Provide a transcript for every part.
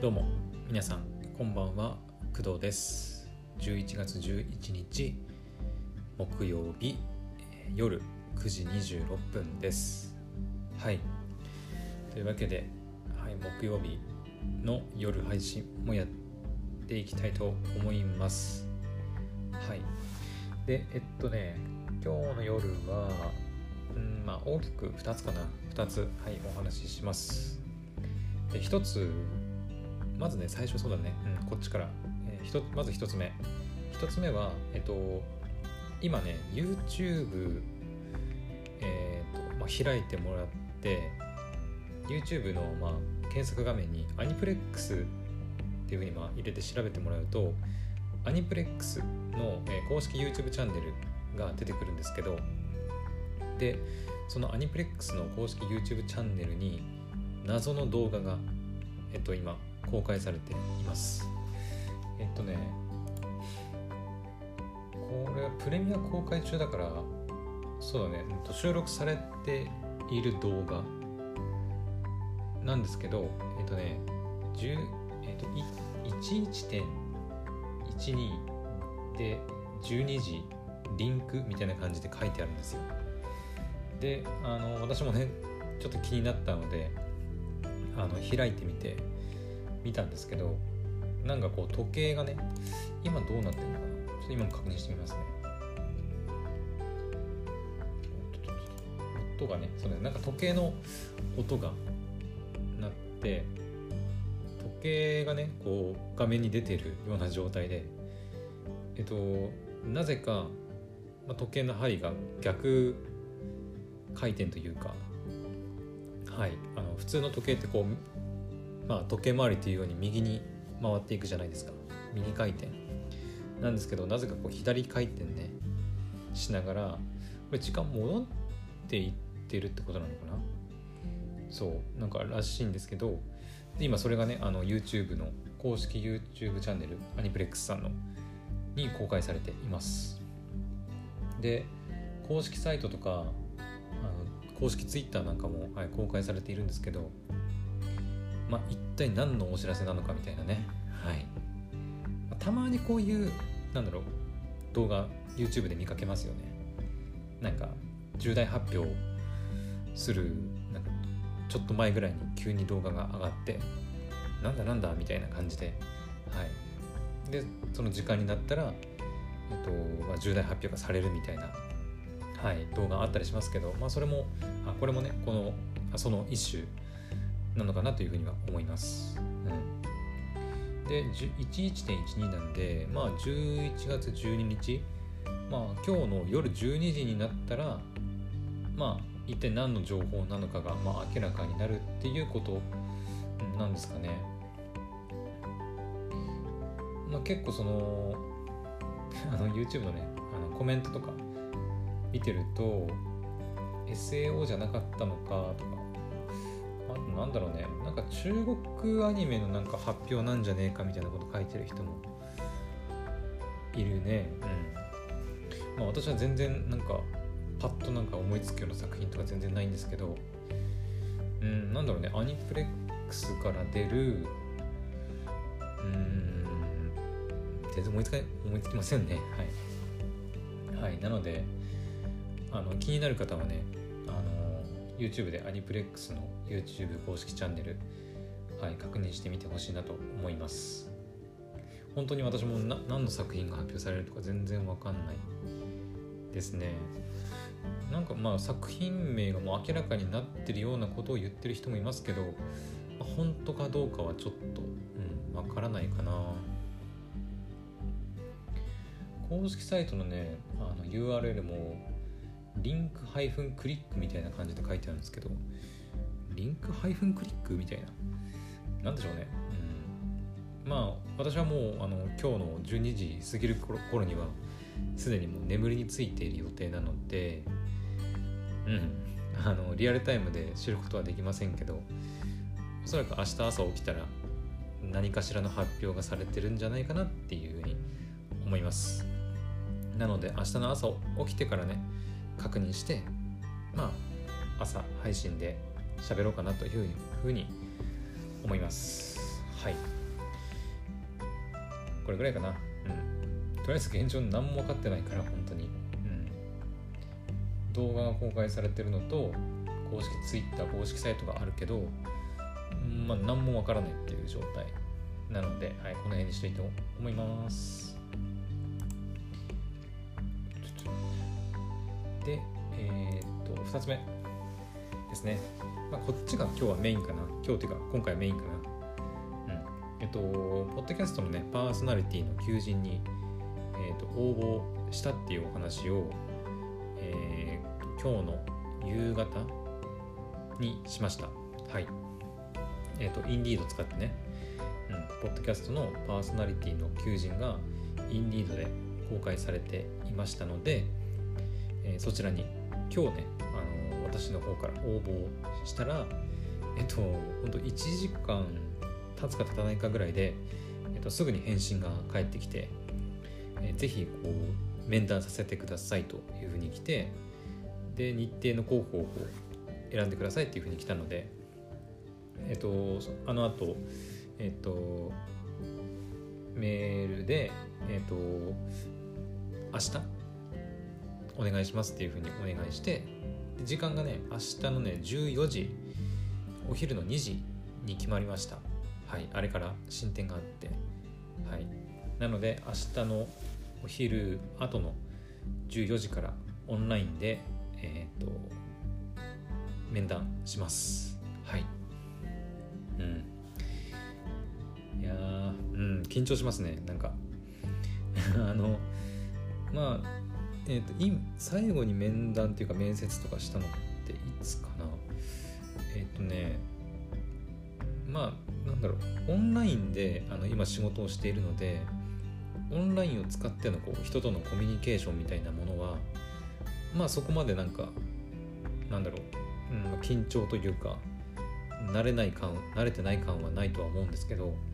どうも皆さんこんばんは、工藤です。11月11日木曜日夜9時26分です。はい、というわけで、木曜日の夜配信もやっていきたいと思います。はい。で今日の夜は大きく2つお話しします。で1つまずね、最初こっちから、まず1つ目は今ね YouTube、開いてもらって YouTube の、検索画面にアニプレックスっていう風に入れて調べてもらうと、アニプレックスの、公式 YouTube チャンネルが出てくるんですけど、でそのアニプレックスの公式 YouTube チャンネルに謎の動画が今公開されています。これはプレミア公開中だから、収録されている動画なんですけど、11.12 で12時リンクみたいな感じで書いてあるんですよ。で、私もねちょっと気になったので開いて見たんですけど、なんかこう時計がね今どうなってるのかな、ちょっと今も確認してみますね。音がね、なんか時計の音が鳴って、時計がねこう画面に出てるような状態で、なぜか、時計の針が逆回転というか、普通の時計ってこう時計回りというように右に回っていくじゃないですか。右回転なんですけど、なぜかこう左回転ねしながら、これ時間戻っていってるってことなのかな。そうなんからしいんですけど、で今それがねYouTube の公式 YouTube チャンネルアニプレックスさんのに公開されています。で公式サイトとか公式 Twitter なんかも、公開されているんですけど、一体何のお知らせなのかみたいなね。たまにこういう動画 YouTube で見かけますよね。なんか重大発表するちょっと前ぐらいに急に動画が上がって、なんだみたいな感じで、でその時間になったら、重大発表がされるみたいな、動画あったりしますけど、それもこれもねその一種なのかなというふうには思います。で 11.12 なんで、11月12日、今日の夜12時になったら、一体何の情報なのかが、明らかになるっていうことなんですかね。結構YouTube のねコメントとか見てると SAO じゃなかったのかとか、なんだろうね、なんか中国アニメのなんか発表なんじゃねえかみたいなこと書いてる人もいるね。私は全然パッと思いつくような作品とか全然ないんですけど、なんだろうね、アニプレックスから出る全然思いつきませんね。なので気になる方はねYouTube でアニプレックスの YouTube 公式チャンネル、確認してみてほしいなと思います。本当に私も何の作品が発表されるとか全然わかんないですね。作品名がもう明らかになってるようなことを言ってる人もいますけど、本当かどうかはちょっとわからないかな。公式サイトのねURL もリンククリックみたいな感じで書いてあるんですけど、リンククリックみたいな、なんでしょうね。私はもう今日の12時過ぎる頃にはすでにもう眠りについている予定なので、リアルタイムで知ることはできませんけど、おそらく明日朝起きたら何かしらの発表がされてるんじゃないかなっていうふうに思います。なので明日の朝起きてからね確認して、朝配信で喋ろうかなというふうに思います。 これぐらいかな。とりあえず現状何も分かってないから本当に、動画が公開されてるのと公式 Twitter 公式サイトがあるけど、何も分からないっていう状態なので、この辺にしたいと思います。で、2つ目ですね。こっちが今日はメインかな。今日というか今回はメインかな。ポッドキャストのねパーソナリティの求人に、応募したっていうお話を、今日の夕方にしました。はい。インディード使ってね、ポッドキャストのパーソナリティの求人がインディードで公開されていましたので、そちらに今日ね、私の方から応募したら、ほんと1時間経つか経たないかぐらいで、すぐに返信が返ってきて、ぜひこう面談させてくださいというふうに来て、で日程の候補を選んでくださいっていうふうに来たので、あの後、メールで、明日お願いしますっていうふうにお願いして、時間がね明日のね14時、お昼の2時に決まりました。はい、あれから進展があって、はい、なので明日のお昼後の14時からオンラインで、面談します。はい。いや緊張しますね。なんか最後に面談っていうか面接とかしたのっていつかな。オンラインで今仕事をしているので、オンラインを使ってのこう人とのコミュニケーションみたいなものはそこまで緊張というか慣れてない感はないとは思うんですけど、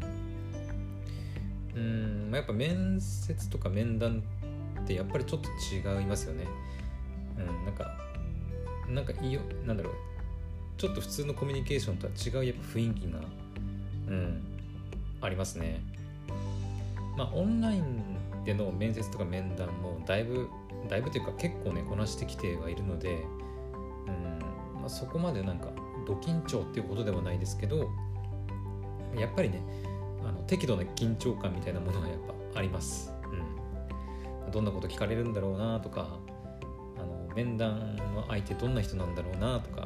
やっぱ面接とか面談ってやっぱりちょっと違いますよね。ちょっと普通のコミュニケーションとは違うやっぱ雰囲気がありますね。オンラインでの面接とか面談もだいぶというか結構ねこなしてきてはいるので、そこまでド緊張っていうことではないですけど、やっぱりね適度な緊張感みたいなものがやっぱあります。どんなこと聞かれるんだろうなとか、面談の相手どんな人なんだろうなとか、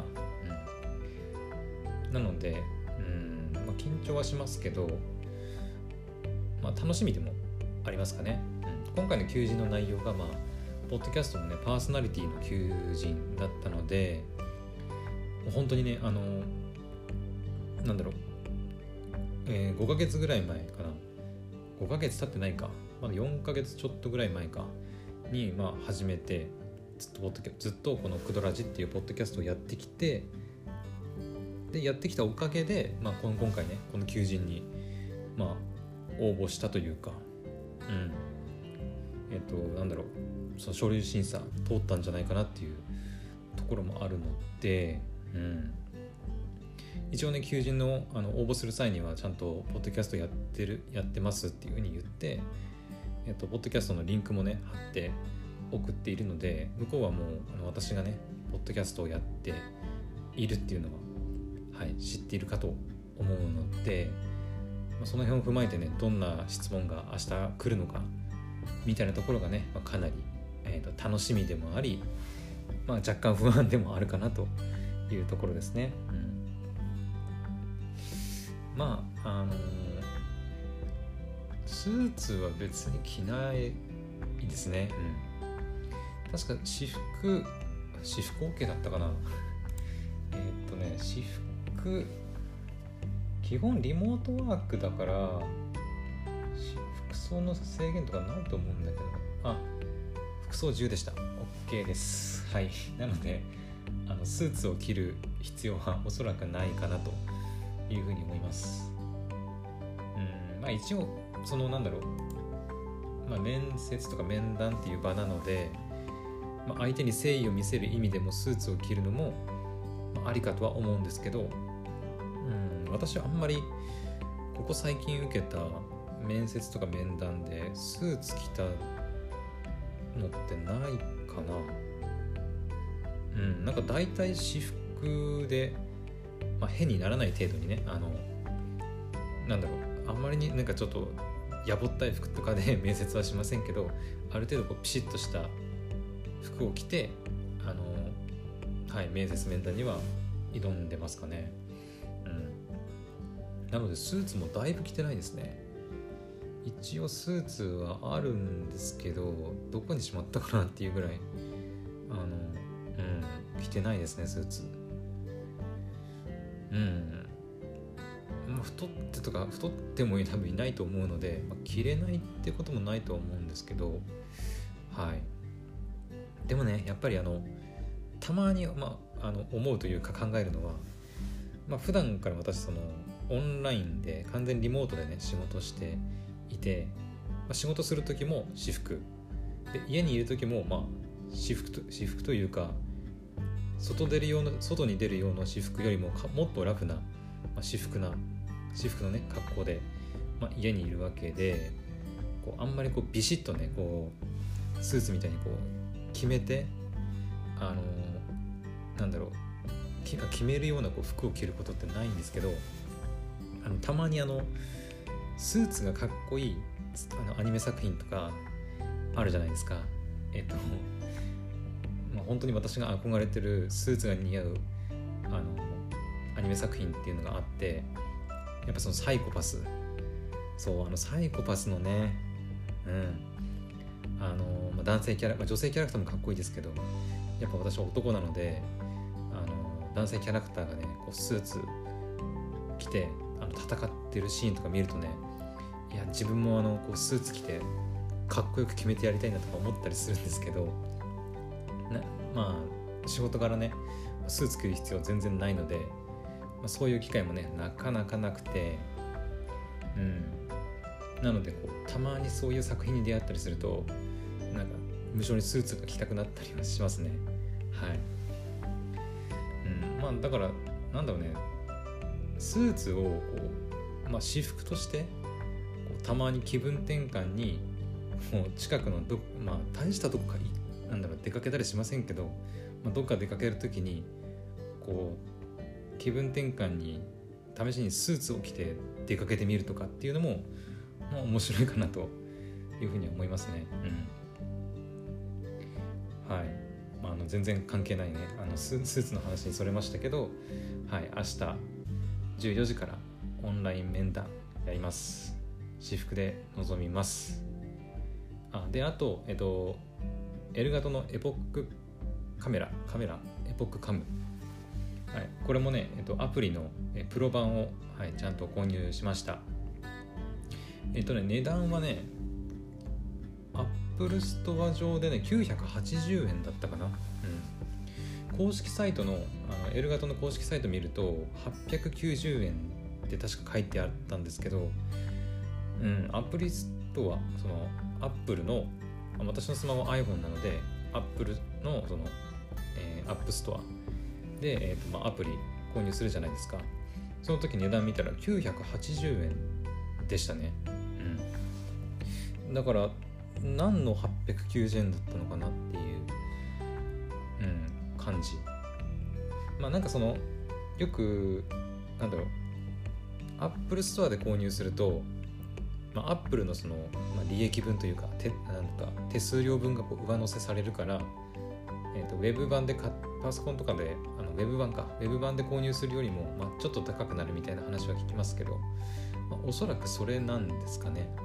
なので緊張はしますけど、楽しみでもありますかね。今回の求人の内容がポッドキャストのねパーソナリティの求人だったので、本当にね5ヶ月ぐらい前かな、5ヶ月経ってないか、まだ4ヶ月ちょっとぐらい前かに始めて、ずっとこのクドラジっていうポッドキャストをやってきて、でやってきたおかげで、今回ねこの求人に応募したというか、その書類審査通ったんじゃないかなっていうところもあるので、一応ね求人の応募する際にはちゃんとポッドキャストやってますっていうふうに言って、ポッドキャストのリンクもね貼って送っているので、向こうはもう私がねポッドキャストをやっているっていうのは知っているかと思うので、その辺を踏まえてねどんな質問が明日来るのかみたいなところがね、かなり、楽しみでもあり、若干不安でもあるかなというところですね。スーツは別に着ないですね。確か私服 OK だったかな。私服基本リモートワークだから服装の制限とかないと思うんだけど、服装自由でした。 OK です。はい。なのでスーツを着る必要はおそらくないかなというふうに思います。一応面接とか面談っていう場なので、相手に誠意を見せる意味でもスーツを着るのもありかとは思うんですけど、私はあんまりここ最近受けた面接とか面談でスーツ着たのってないかな。なんか大体私服で、変にならない程度にね、なんだろう、あんまりになんかちょっとやぼったい服とかで面接はしませんけど、ある程度こうピシッとした服を着て面接面談には挑んでますかね。なのでスーツもだいぶ着てないですね。一応スーツはあるんですけど、どこにしまったかなっていうぐらい着てないですね、スーツ。太っても多分いないと思うので、着れないってこともないと思うんですけど、でもね、やっぱりたまに、思うというか考えるのは、普段から私オンラインで完全リモートでね仕事していて、仕事する時も私服で、家にいる時も私服というか、外に出るような私服よりももっとラフな、私服のね格好で、家にいるわけで、あんまりビシッとねスーツみたいに決めて決めるような服を着ることってないんですけど、たまにスーツがかっこいいアニメ作品とかあるじゃないですか。本当に私が憧れてるスーツが似合うアニメ作品っていうのがあって、やっぱサイコパス、サイコパスのね、男性キャラ、女性キャラクターもかっこいいですけど、やっぱ私は男なので、男性キャラクターがねスーツ着て戦ってるシーンとか見るとね、いや自分もスーツ着てかっこよく決めてやりたいなとか思ったりするんですけど、仕事柄ねスーツ着る必要は全然ないので、そういう機会もねなかなかなくて、なのでたまにそういう作品に出会ったりすると、なんか無性にスーツが着たくなったりはしますね。だからなんだろうね、スーツを私服としてたまに気分転換に近くの大したとこか出かけたりしませんけど、どっか出かけるときに気分転換に試しにスーツを着て出かけてみるとかっていうのも、面白いかなというふうに思いますね。全然関係ないねスーツの話にそれましたけど、明日14時からオンライン面談やります。私服で臨みます。あとエルガトのエポックカメラエポックカム、これもね、アプリのプロ版を、ちゃんと購入しました。値段はねアップルストア上でね980円だったかな。公式サイトのエルガトの公式サイト見ると890円って確か書いてあったんですけど、アプリストアアップルの私のスマホは iPhone なのでアップルのアップストアで、アプリ購入するじゃないですか。その時値段見たら980円でしたね。だから何の890円だったのかなっていう、感じ。なんかよくアップルストアで購入すると、アップルの利益分というか手数料分が上乗せされるから、ウェブ版でパソコンとかでウェブ版で購入するよりも、ちょっと高くなるみたいな話は聞きますけど、おそらくそれなんですかね。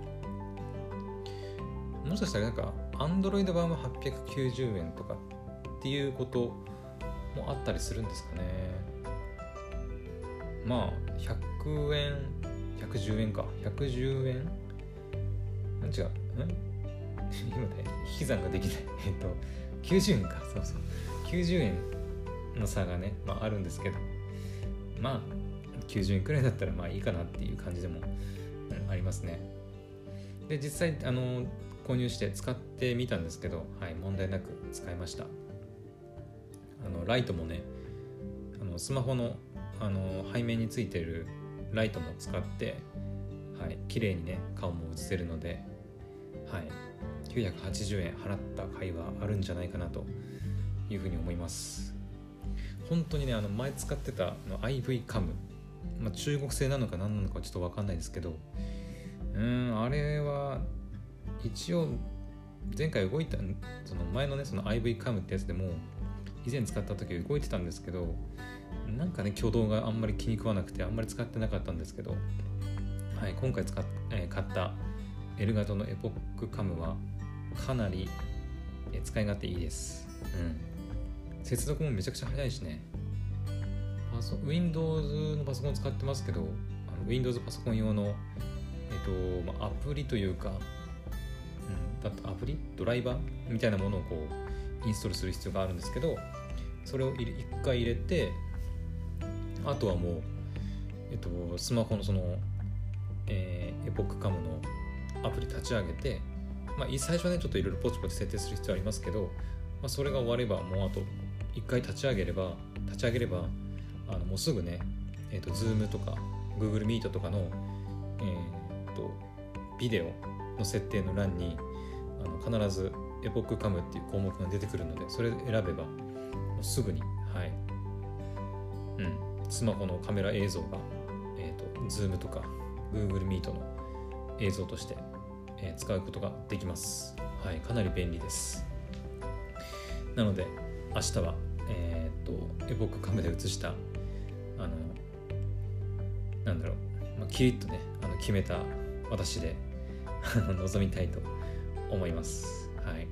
もしかしたらAndroid 版は890円とかっていうこともあったりするんですかね。100円110円か110円違う今ね引き算ができない90円か90円の差がね、あるんですけど、90円くらいだったらいいかなっていう感じでも、ありますね。で実際購入して使ってみたんですけど、問題なく使いました。ライトもねスマホの背面についているライトも使って、 綺麗にね顔も写せるので、980円払った甲斐はあるんじゃないかなというふうに思います。本当にね前使ってたIV カム、中国製なのか何なのかちょっと分かんないですけど、あれは一応前回動いたその前のねその IV カムってやつでも以前使った時動いてたんですけど、なんかね挙動があんまり気に食わなくてあんまり使ってなかったんですけど、今回買ったエルガトのエポックカムはかなり使い勝手いいです。接続もめちゃくちゃ早いしね。Windows のパソコン使ってますけど、Windows パソコン用の、アプリというか、アプリドライバーみたいなものをこうインストールする必要があるんですけど、それを一回入れて、あとはもう、スマホのその、エポックカムのアプリ立ち上げて、最初はねちょっといろいろポチポチ設定する必要ありますけど、それが終わればもうあと一回立ち上げればもうすぐね、Zoom とか Google Meet とかの、ビデオの設定の欄に必ずエポックカムっていう項目が出てくるので、それ選べばもうすぐに、スマホのカメラ映像が、Zoom とか Google Meet の映像として、使うことができます。かなり便利です。なので明日は、エポックカムで映したキリッとね決めた私で臨みたいと思います。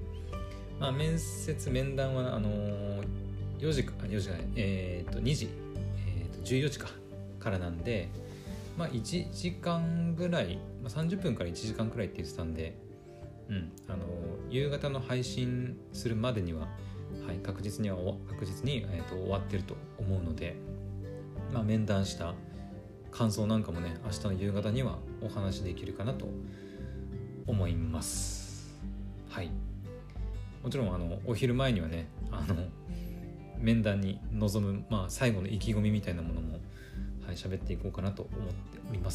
面談は2時、14時からなんで、1時間ぐらい、30分から1時間くらいって言ってたんで、夕方の配信するまでには、確実に、終わってると思うので、面談した感想なんかもね明日の夕方にはお話できるかなと思います。もちろんお昼前にはね面談に臨む、最後の意気込みみたいなものも喋っていこうかなと思っております。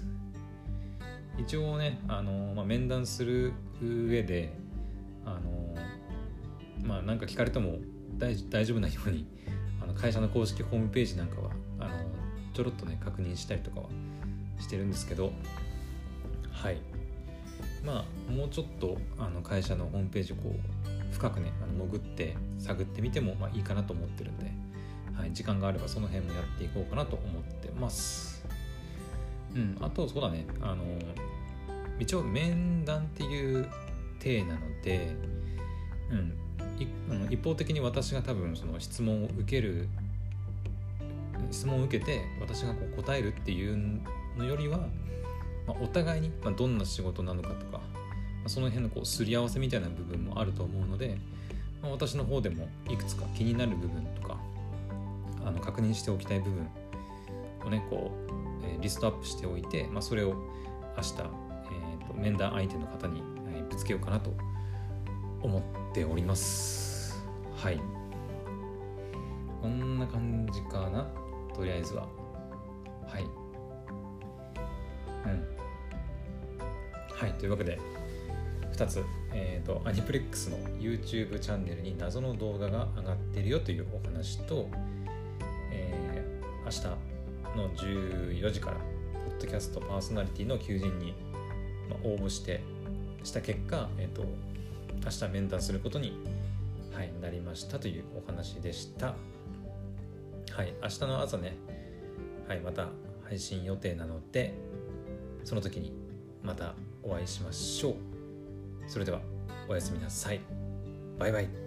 一応ね面談する上でなんか聞かれても大丈夫なように会社の公式ホームページなんかはちょろっとね確認したりとかはしてるんですけど、もうちょっと会社のホームページをこう深くね潜って探ってみてもいいかなと思ってるんで、時間があればその辺もやっていこうかなと思ってます。あとそうだね一応面談っていう体なので、一方的に私が多分その質問を受けて私がこう答えるっていうのよりは、お互いにどんな仕事なのかとか、その辺のこうすり合わせみたいな部分もあると思うので、私の方でもいくつか気になる部分とか確認しておきたい部分をねこう、リストアップしておいて、それを明日、面談相手の方に、ぶつけようかなと思っております。こんな感じかな、とりあえずは。というわけで2つ、アニプレックスの YouTube チャンネルに謎の動画が上がってるよというお話と、明日の14時からポッドキャストパーソナリティの求人に、応募した結果、明日面談することに、なりましたというお話でした。明日の朝ね、また配信予定なので、その時にまたお会いしましょう。それではおやすみなさい。バイバイ。